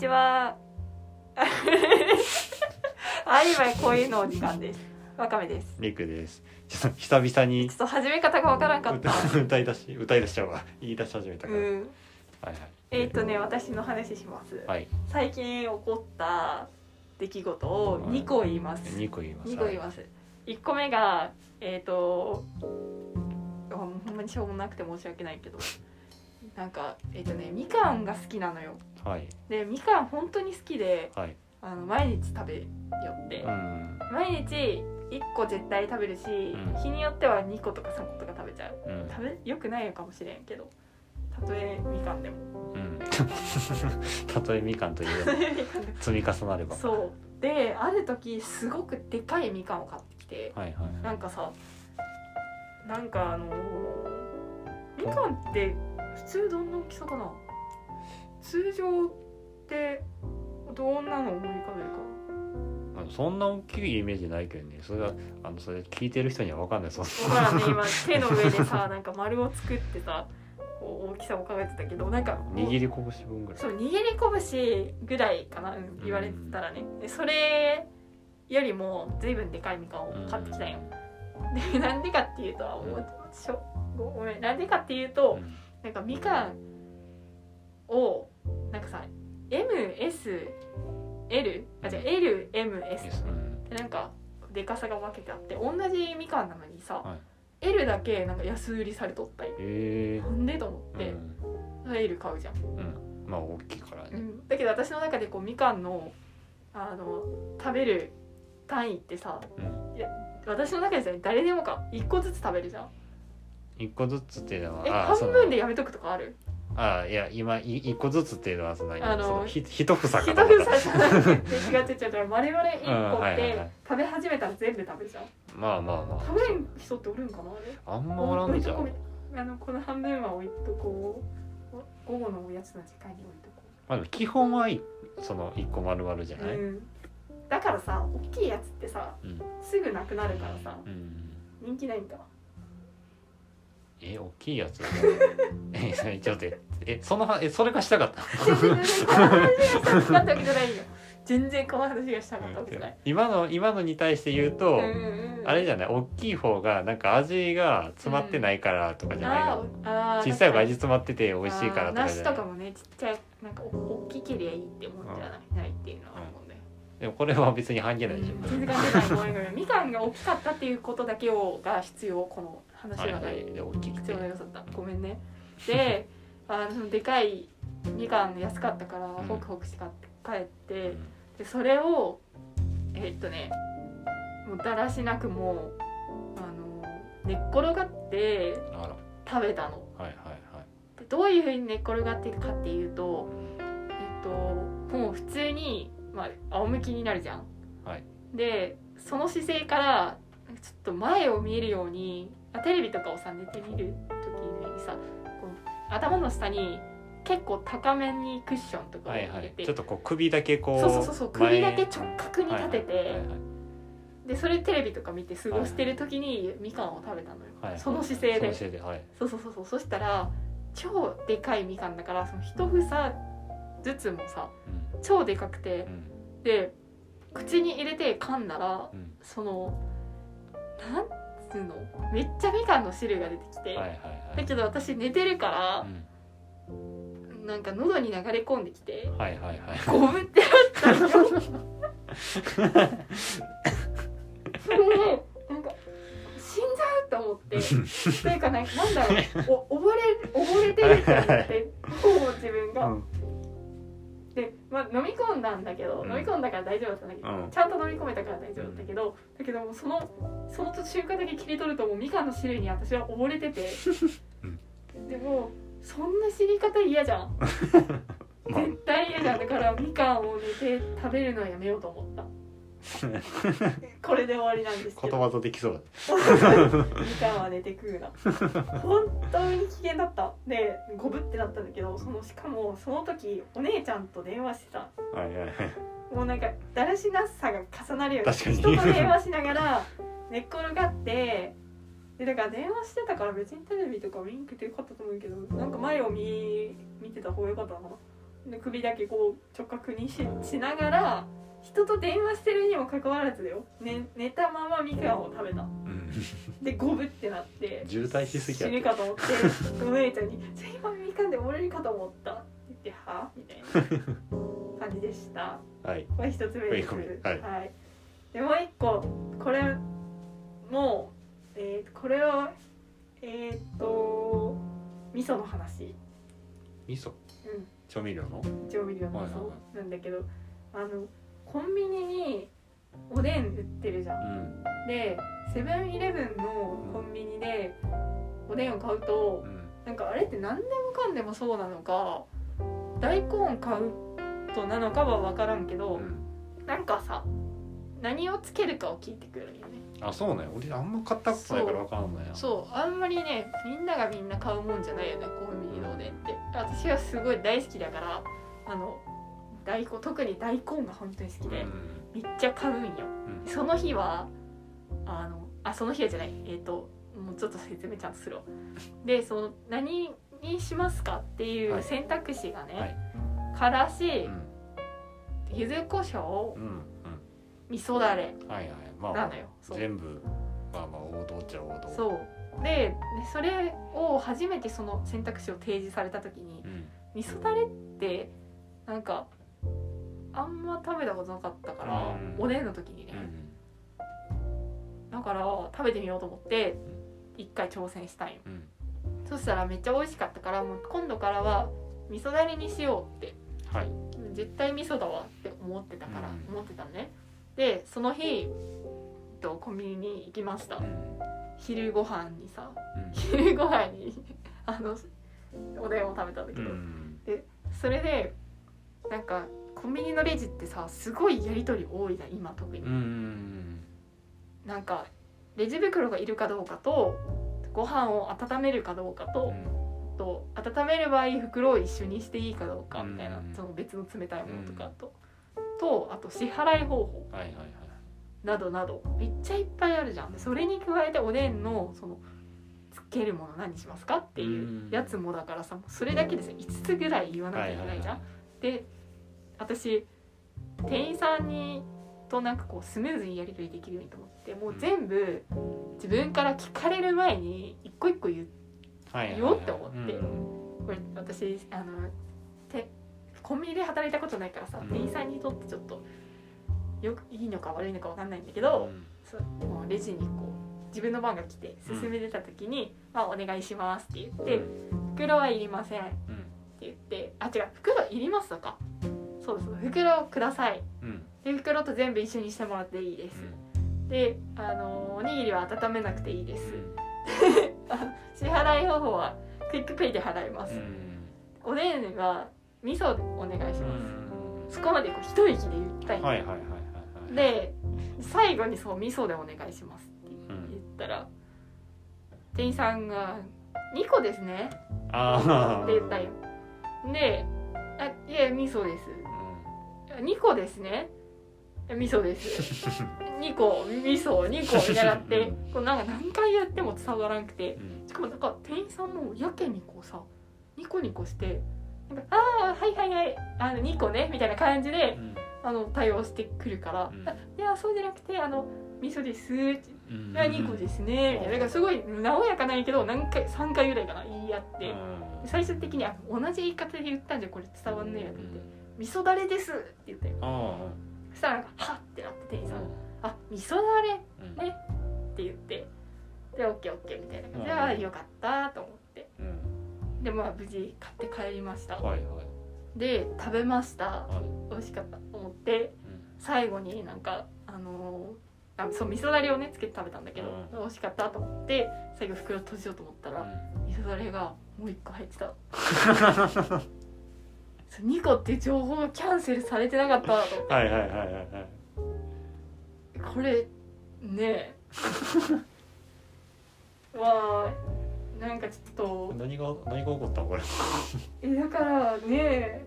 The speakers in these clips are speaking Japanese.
ちは。はい、今こういうのお時間です。わかめです。 りくです。ちょっと久々にちょっと始め方がわからんかった。 歌い出しちゃうわ。言い出し始めたから。はいはい。 私の話します。 はい。 最近起こった出来事を2個言います。 2個言います。 2個言います。1個目がほんまにしょうもなくて申し訳ないけど、なんかみかんが好きなのよ。 はい。 でみかん本当に好きで、 はい。 毎日食べよって、毎日1個絶対食べるし、日によっては2個とか3個とか食べちゃう。よくないのかもしれんけど、たとえみかんでも。 たとえみかんという積み重なれば。 そうで、ある時すごくでかいみかんを買ってきて、 はいはい、 なんかさ、なんかみかんって普通どんな大きさかな。通常ってどんなの思い浮かべるか。 そんな大きいイメージないけどね。それはそれ聞いてる人には分かんない。そう分からんね。今手の上でさ、なんか丸を作ってさ、こう大きさを考えてたけど、なんか握り拳分ぐらい。 そう、握り拳ぐらいかな、言われたらね。でそれよりも随分でかいみかんを買ってきたよ。でなんでかっていうと、ごめん、なんでかっていうと、なんかみかんをなんかさ、MSL、LMS でなんかでかさが分けてあって、同じみかんなのにさ、L だけなんか安売りされとったり、なんでと思って、L 買うじゃん。 まあ大きいからね。 だけど私の中でこうみかんの食べる単位ってさ、いや私の中でさ、誰でもか1個ずつ食べるじゃん。 1個ずつっていうのは半分でやめとくとかある？ いや今1個ずつっていうのはその一房か一房じゃなくて違う丸々1個って食べ始めたら全部食べるじゃん。 まあ食べる人っておるんかな。 あんまおらんじゃん。 この半分は置いとこう、午後のおやつの時間に置いとこう。 まあでも基本はその1個丸々じゃない、 だからさ、大きいやつってさ、すぐなくなるからさ、人気ないんだ。 大きいやつちょっとそれがしたかった全然この話がしたかったわけじゃない。 今のに対して言うと、あれじゃない、大きい方がなんか味が詰まってないからとかじゃないの、小さい方が味詰まってて美味しいからとかじゃない。 梨とかもね、ちっちゃいなんか大きけりゃいいってもんじゃないっていうのは思うんだよ。 でもこれは別に関係ないでしょ。 全然関係ない。ごめん。みかんが大きかったっていうことだけが必要、この話の中で。必要な要素だった。ごめんね。で、でかいみかん安かったからホクホクして買って帰って、でそれをもうだらしなくも寝っ転がって食べたの。でどういう風に寝っ転がってるかっていうと、もう普通に仰向きになるじゃん。でその姿勢からちょっと前を見えるように、テレビとかをさ寝てみる時にさ、こう頭の下に結構高めにクッションとかを入れて、 ちょっとこう首だけこうそう首だけ直角に立てて、でそれテレビとか見て過ごしてる時にみかんを食べたのよ、その姿勢で。そうそしたら超でかいみかんだから、その一房ずつもさ、超でかくて、で口に入れて噛んだら、そのなんつうの、めっちゃみかんの汁が出てきて、だけど私寝てるから、なんか喉に流れ込んできて、ゴムってなったのよ。それでなんか死んじゃうと思って、というかなんだろう、溺れてると思ってもう自分が。で、飲み込んだんだけど、飲み込んだから大丈夫だったんだけど、ちゃんと飲み込めたから大丈夫だったけど、だけどもその瞬間だけ切り取ると、もうみかんの種類に私は溺れてて、でもそんな死に方嫌じゃん。絶対嫌じゃん。だからみかんを寝て食べるのはやめようと思った。これで終わりなんですけど。 言葉とできそうだ。 みかんは寝て食うな。本当に危険だった。で、ゴブってなったんだけど、しかもその時お姉ちゃんと電話してた。もうなんかだらしなさが重なるよね。人と電話しながら寝っ転がって、でだから電話してたから別にテレビとか見んくてよかったと思うけど、なんか前を見てた方がよかったな。 首だけこう直角に しながら人と電話してるにもかかわらずだよ、寝たままみかんを食べた、でゴブってなって渋滞しすぎや死ぬかと思ってお姉ちゃんに「今みかんで折れるかと思った」って言って「は？」みたいな感じでした。 はい、 これ一つ目です。 はいはい、でもう一個これもこれは味噌の話。 味噌、調味料の味噌なんだけど、コンビニにおでん売ってるじゃん、でセブンイレブンのコンビニでおでんを買うと、なんかあれって何でもかんでもそうなのか大根買うとなのかは分からんけど、なんかさ何をつけるかを聞いてくるよね。 あ、そうね。俺あんま買ったことないから分かんないな。 そうあんまりねみんながみんな買うもんじゃないよね、コンビニのおでんって。私はすごい大好きだから大根、特に大根が本当に好きで、めっちゃ買うんよ、その日はその日はじゃないもうちょっと説明ちゃんとするわ。でその何にしますかっていう選択肢がね、からし、柚子胡椒、味噌だれなのよ。 全部まあ王道っちゃ王道。 そうでそれを初めてその選択肢を提示された時に、味噌だれってなんかあんま食べたことなかったから、おでんの時にね、だから食べてみようと思って一回挑戦したんよ、そしたらめっちゃ美味しかったから、もう今度からは味噌だれにしようって、絶対味噌だわって思ってたのね。でその日コンビニに行きました、昼ご飯にさ、昼ご飯におでんを食べたんだけど、でそれでなんかコンビニのレジってさすごいやり取り多いじゃん今特に、なんかレジ袋がいるかどうかとご飯を温めるかどうかと、温める場合袋を一緒にしていいかどうかみたいな、その別の冷たいものとかとあと支払い方法などなどめっちゃいっぱいあるじゃん。それに加えておでんのそのつけるもの何しますかっていうやつもだからさ、それだけでさ5つぐらい言わなきゃいけないじゃん。で私店員さんにとなんかこうスムーズにやり取りできるようにと思って、もう全部自分から聞かれる前に一個一個言おうって思って、これ私コンビニで働いたことないからさ、店員さんにとってちょっといいのか悪いのか分かんないんだけど、レジにこう自分の番が来て進めてた時に「お願いします」って言って「袋はいりません」って言って「違う袋いります」とか「そうです袋をください」で袋と全部一緒にしてもらっていいです、でおにぎりは温めなくていいです、支払い方法はクイックペイで払います、おでんは味噌でお願いします、そこまでこう一息で言ったいで最後にそう味噌でお願いしますって言ったら、店員さんが2個ですねって言ったよ。でいや味噌です、2個ですね味噌です2個味噌2個みたいになってこうなんか何回やっても伝わらなくて、しかもなんか店員さんもやけにこうさニコニコしてなんかはい2個ねみたいな感じで、対応してくるから、いやそうじゃなくて味噌です2個ですねみたいな、だからすごい和やかないけど3回ぐらいかな言い合って、最終的に同じ言い方で言ったんじゃこれ伝わんねえよって言って、味噌だれですって言ったよ。そしたらなんかはっってなって店員さん味噌だれねって言ってでオッケーオッケーみたいな感じで、じゃあよかったと思って、で無事買って帰りました、で食べました、美味しかったと思って、最後になんかそう味噌だれをねつけて食べたんだけど、美味しかったと思って最後袋閉じようと思ったら、味噌だれがもう1個入ってた2個っていう情報がキャンセルされてなかったなと思って、これねなんかちょっと何が起こったのこれだからね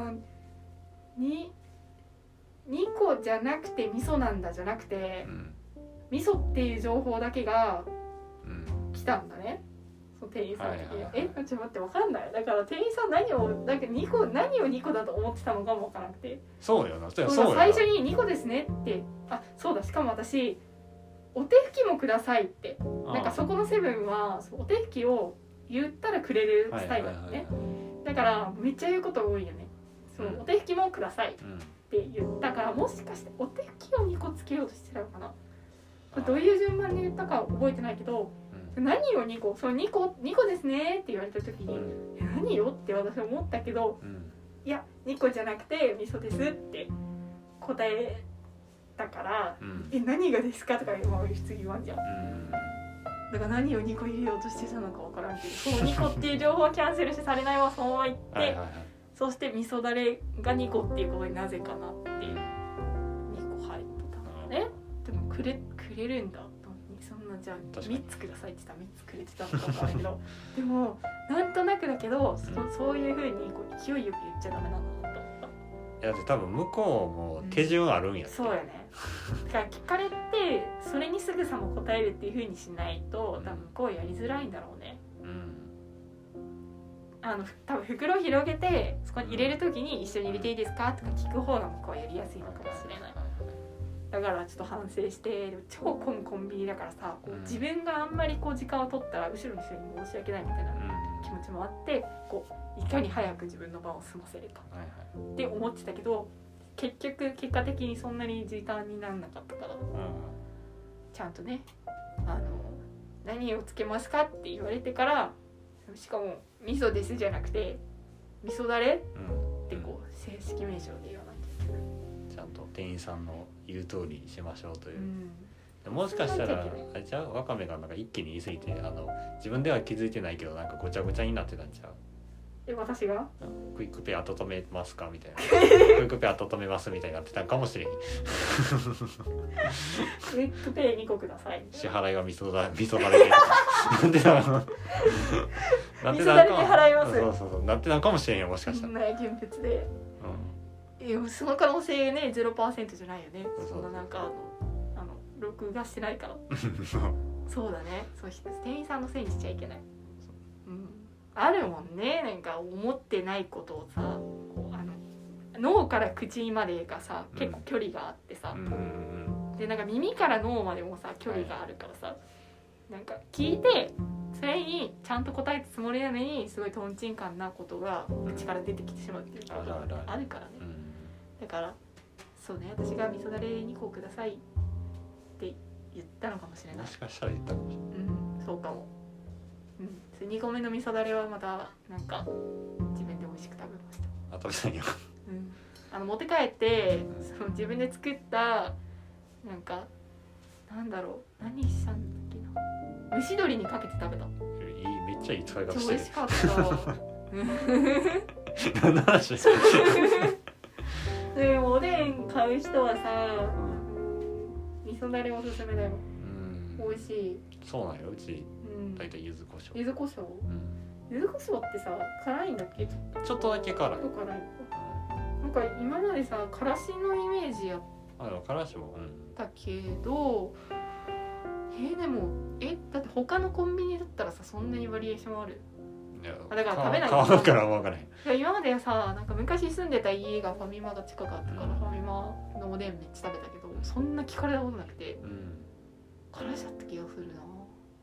2個じゃなくて味噌なんだじゃなくて、味噌っていう情報だけが来たんだね。 その店員さんの時に、ちょっと待って分かんない。だから店員さん何を2個だと思ってたのかも分からなくて。 そうよな。そう最初に2個ですねって、そうだ、しかも私お手拭きもくださいって、なんかそこのセブンはお手拭きを言ったらくれるスタイルだね、だからめっちゃ言うこと多いよね。そのお手拭きもくださいって言ったから、もしかしてお手拭きを2個つけようとしてたのかな。どういう順番で言ったか覚えてないけど、何を2個、その2個ですねって言われた時に、何よって私は思ったけど、いや2個じゃなくて味噌ですって答えたから、何がですかとか次言わんじゃん、だから何を2個入れようとしてたのか分からんけど、その2個っていう情報はキャンセルしてされないままそのまま言ってそして味噌だれが2個っていうことになぜかなっていう、2個入ってたのね。でもくれるんだ、そんなじゃあ3つくださいって言ったら3つくれてたのか分からんけどでもなんとなくだけど、そういう風に勢いよく言っちゃダメなんだなと思った。 だって多分向こうも手順あるんやって、 そうやね。だから聞かれてそれにすぐさま答えるっていう風にしないと多分向こうやりづらいんだろうね。多分袋広げてそこに入れる時に一緒に入れていいですかとか聞く方が向こうはやりやすいのかもしれない。だからちょっと反省して、でも超混むコンビニだからさ、自分があんまり時間を取ったら後ろの人に申し訳ないみたいな気持ちもあって、いかに早く自分の番を済ませるかって思ってたけど、結果的にそんなに時間にならなかったから、ちゃんとね、何をつけますかって言われてから、しかも味噌ですじゃなくて味噌だれって正式名称で言わなきゃいけない。 ちゃんと店員さんの言う通りにしましょうという、もしかしたらあれちゃう、わかめがなんか一気に言い過ぎて自分では気づいてないけどなんかごちゃごちゃになってたんちゃう。 私がクイックペイ温めますかみたいなクイックペイ温めますみたいになってたんかもしれんクイックペイ2個ください。 支払いは味噌だれでなんでだろう味噌だれで払います。 そうなってたんかもしれんよ、もしかしたら。 現物で、その可能性ね 0% じゃないよね。そんななんか録画してないからそうだね。そう店員さんのせいにしちゃいけない。あるもんね、なんか思ってないことをさ、脳から口までがさ結構距離があってさ、でなんか耳から脳までもさ距離があるからさ、なんか聞いてそれにちゃんと答えたつもりなのにすごいトンチンカンなことが口から出てきてしまうっていうことがあるからね。だからそうね、私が味噌だれ2個くださいって言ったのかもしれない。 もしかしたら言ったかもしれない。 そうかも。2個目の味噌だれはまたなんか自分で美味しく食べました。 食べたんや。 持って帰ってその自分で作ったなんかなんだろう、何したんだっけな、蒸し鶏にかけて食べた。 めっちゃいい使い方してる。 美味しかった何の話でもおでん買う人はさ、味噌だれおすすめだよ。美味しい。 そうなんよ、うちだいたい柚子胡椒。 柚子胡椒？柚子胡椒ってさ辛いんだっけ？ ちょっとだけ辛い。 なんか今までさからしのイメージやからしもだけど、でもだって他のコンビニだったらさそんなにバリエーションある？だから食べないから分からへん。 今までさなんか昔住んでた家がファミマが近かったから、ファミマのおでんめっちゃ食べたけど、そんな聞かれたことなくて、からしだった気がするな。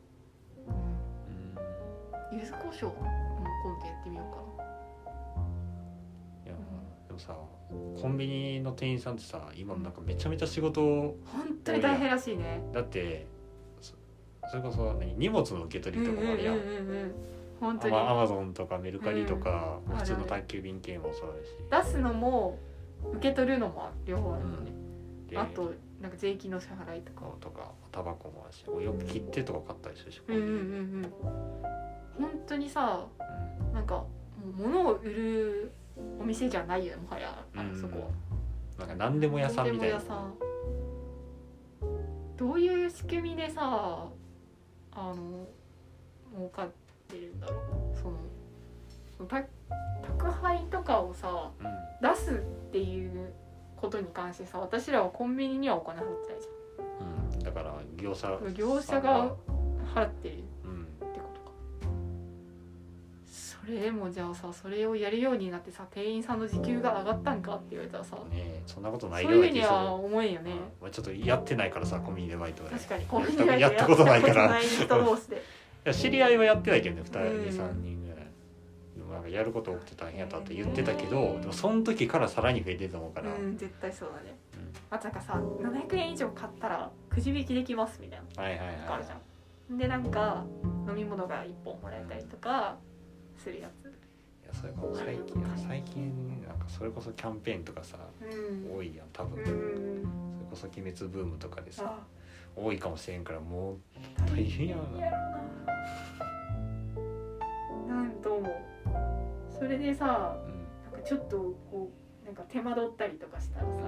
柚子胡椒今度やってみようかな。 いや、でもさコンビニの店員さんってさ今なんかめちゃめちゃ仕事本当に大変らしいね。 だってそれこそ荷物の受け取りとかもあるやん。本当にアマゾンとかメルカリとか、普通の宅急便系もそうだし、出すのも受け取るのも両方あるのね。あとなんか税金の支払いとかタバコもあるし、よく切手とか買ったりするし、 本当にさ、なんかもう物を売るお店じゃないよね、もはやそこは。 なんか何でも屋さんみたいな。 どういう仕組みでさ儲かってるんだろう。その宅配とかをさ、出すっていうことに関してさ、私らはコンビニにはお金払ってないじゃん。 だから業者が払ってるってことか。 それでもじゃあさそれをやるようになってさ店員さんの時給が上がったんかって言われたらさ、 ね、そんなことないそういうふうには思えんよね。 まあ、ちょっとやってないからさコンビニでバイトで確かにコンビニでバイトやったことないからやったことない人同士でいや知り合いはやってないけどね2人3人ぐらいでもなんかやること多くて大変やったって言ってたけど、でもその時からさらに増えてると思うから、 絶対そうだね、あとなんかさ700円以上買ったらくじ引きできますみたいな、 はいはいはい、 あるじゃん。でなんか飲み物が1本もらえたりとかするやつ。 いやそれも最近なんかそれこそキャンペーンとかさ、多いやん多分、それこそ鬼滅ブームとかでさ多いかもしれんからもう大変やな。 なんともそれでさ、なんかちょっとこうなんか手間取ったりとかしたらさ、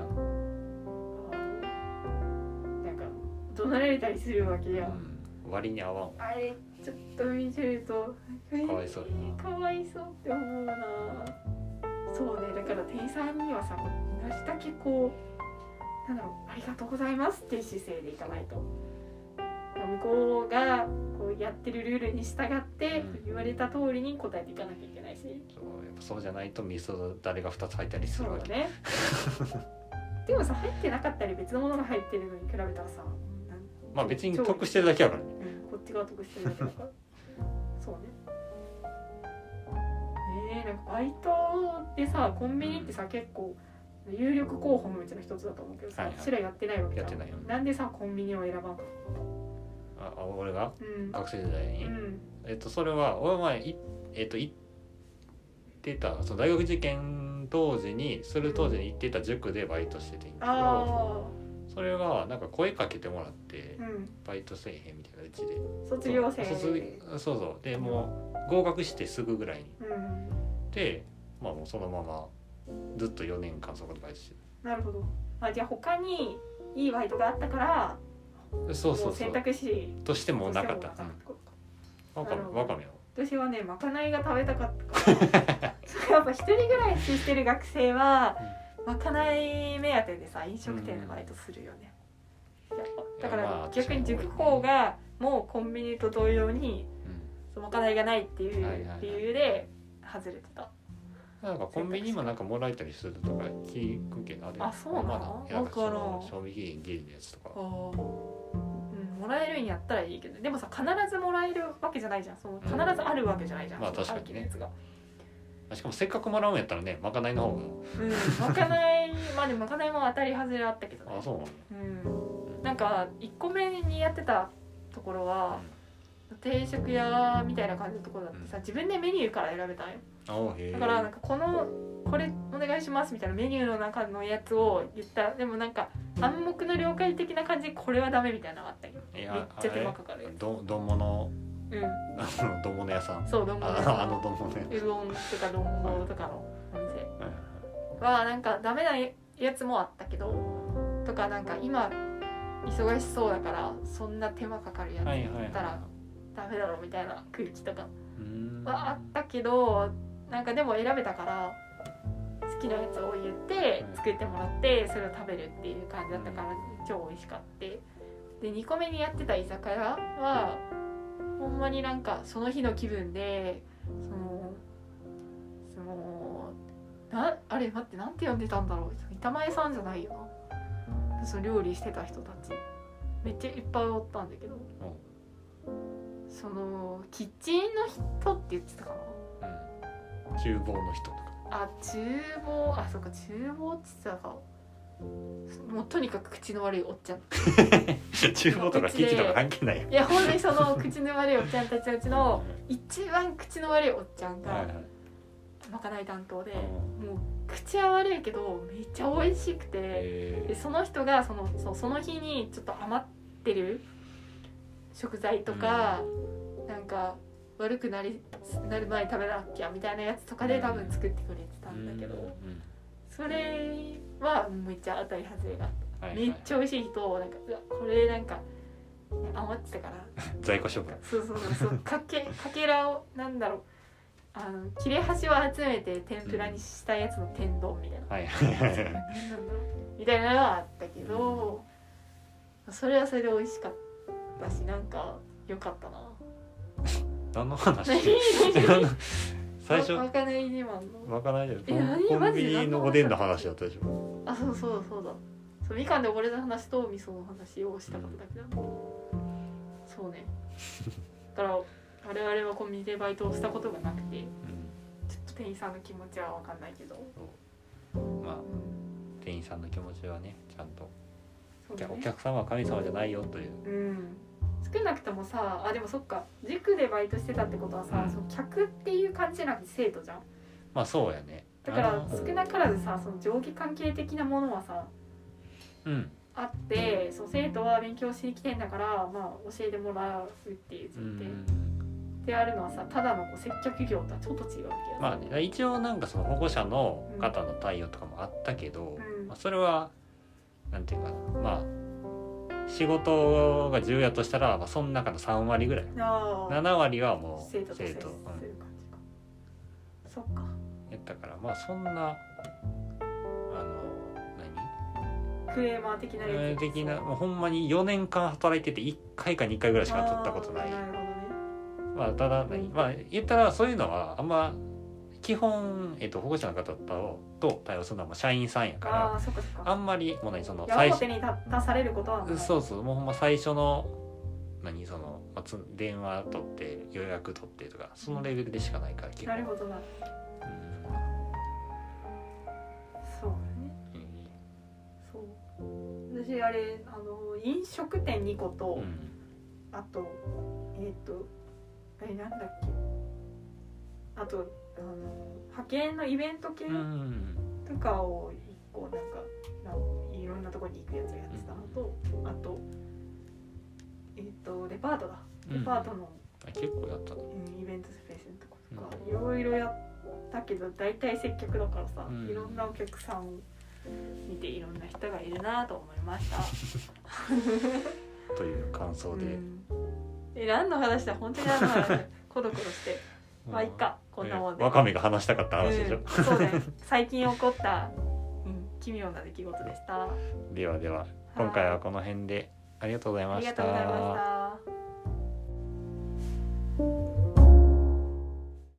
なんか怒鳴られたりするわけや、 割に合わん。 あれちょっと見てるとかわいそうかわいそうって思うな。そうね、だから店員さんにはさ同じだけこうなんだろうありがとうございますっていう姿勢でいかないと、向こうがこうやってるルールに従って言われた通りに答えていかなきゃいけないし、 そうやっぱそうじゃないと味噌だれが2つ入ったりするわけ。 そうねでもさ入ってなかったり別のものが入ってるのに比べたらさ、 まあ別に得してるだけやからね、 こっちが得してるだけだからそうね。なんかバイトでさコンビニってさ、結構有力候補のうちの一つだと思うけどさ、私らやってないわけじゃん。なんでさコンビニを選ばんかった？ 俺が、学生時代に、それは俺は行ってたその大学受験当時に行ってた塾でバイトしててんけど、それがなんか声かけてもらって、バイトせえへんみたいなうちで卒業生そうでもう合格してすぐぐらいに、でまあもうそのままずっと4年間そこでバイトしてた。なるほど。じゃあ他にいいバイトがあったからそう選択肢としてもなかった。わかめよ。 私はねまかないが食べたかったからやっぱ一人暮らししてる学生はまかない目当てでさ飲食店でバイトするよね、やっぱだから逆に塾校がもうコンビニと同様に、まかないがないっていう理由で外れてた。 なんかコンビニもなんかもらえたりするとか聞くけど、 あ、そうなの？だから賞味期限ギリのやつとか、 もらえるんやったらいいけど、でもさ必ずもらえるわけじゃないじゃん。その必ずあるわけじゃないじゃん。 まあ確かにね。しかもせっかくもらうんやったらね、まかないの方が。 まかないまあでもまかないも当たり外れあったけどね。 あ、そう。 なんか1個目にやってたところは、定食屋みたいな感じのところだってさ、自分でメニューから選べたんよ。だからなんかこれお願いしますみたいなメニューの中のやつを言ったら、でもなんか暗黙の了解的な感じでこれはダメみたいなのがあったよ。めっちゃ手間かかるやつ。 丼物丼物屋さん。 そう、丼物屋さん。 丼物屋。 うどんとか丼物とかのお店はなんかダメなやつもあったけど、とかなんか今忙しそうだからそんな手間かかるやつ言ったらダメだろみたいな空気とかはあったけど、なんかでも選べたから好きなやつを言って作ってもらってそれを食べるっていう感じだったから超美味しかった。で2個目にやってた居酒屋はほんまになんかその日の気分であれ待ってなんて呼んでたんだろう、板前さんじゃないよな、その料理してた人たちめっちゃいっぱいおったんだけど、そのキッチンの人って言ってたかな、厨房の人とか、 そうか厨房って言ってたか、もうとにかく口の悪いおっちゃん厨房とかキッチンとか関係ないよ。 いや本当にその口の悪いおっちゃんたちのうちの一番口の悪いおっちゃんがまかない担当で、もう口は悪いけどめっちゃ美味しくて、でその人がその日にちょっと余ってる食材とか、なんか悪くなる前に食べなきゃみたいなやつとかで多分作ってくれてたんだけど、それはめっちゃ当たり外れがあった、めっちゃ美味しい人なんかこれなんか余ってたから在庫処分、 そうかけらをなんだろう、切れ端を集めて天ぷらにしたやつの天丼みたいな、みたいなのはあったけど、それはそれで美味しかったし、なんか良かったな。 何の話最初まかない自慢のまかないじゃんコンビニのおでんの話だったでしょ。 あ、そうだそうみかんで溺れた話と味噌の話をしたかっただけだ、そうねだから我々はコンビニでバイトをしたことがなくて、ちょっと店員さんの気持ちは分かんないけど、 まあ、店員さんの気持ちはねちゃんと、ね、お客様は神様じゃないよという、 少なくともさ、でもそっか、塾でバイトしてたってことはさ、その客っていう感じじゃなくて生徒じゃん。 まあそうやね。 だから少なからずさ、その上下関係的なものはさ、あって、そう生徒は勉強しに来てんだから、まあ教えてもらうっていう前提であるのはさ、ただの接客業とはちょっと違うわけや。 まあね、一応なんかその保護者の方の対応とかもあったけど、まあ、それはなんていうかな、まあ仕事が10やとしたら、まあ、その中の3割ぐらい、7割はもう生徒、 そっか。 やったから、まあそんなクレーマー的なやつ的な、もうほんまに4年間働いてて1回か2回ぐらいしか取ったことない。まあただ、まあ言ったらそういうのはあんま基本、保護者の方と対応するのは社員さんやから、あんまりもうその最初に出されることはない。 そうもうほんま最初のその電話取って予約取ってとかそのレベルでしかないから基本。 なるほどな。そうね。私あれ飲食店2個と、あとなんだっけ、あと派遣のイベント系とかを1個なんかいろんなところに行くやつをやってたのと、あとデパートだ、デパートの結構やったイベントスペースのとことかいろいろやったけど、大体接客だからさ、いろんなお客さんを見ていろんな人がいるなと思いましたという感想で、 何の話だ、本当に何の話コロコロしてまあいっか、こんなもんで。 わかめが話したかった話でしょ、 そうね、最近起こった、奇妙な出来事でした。 では今回はこの辺でありがとうございました。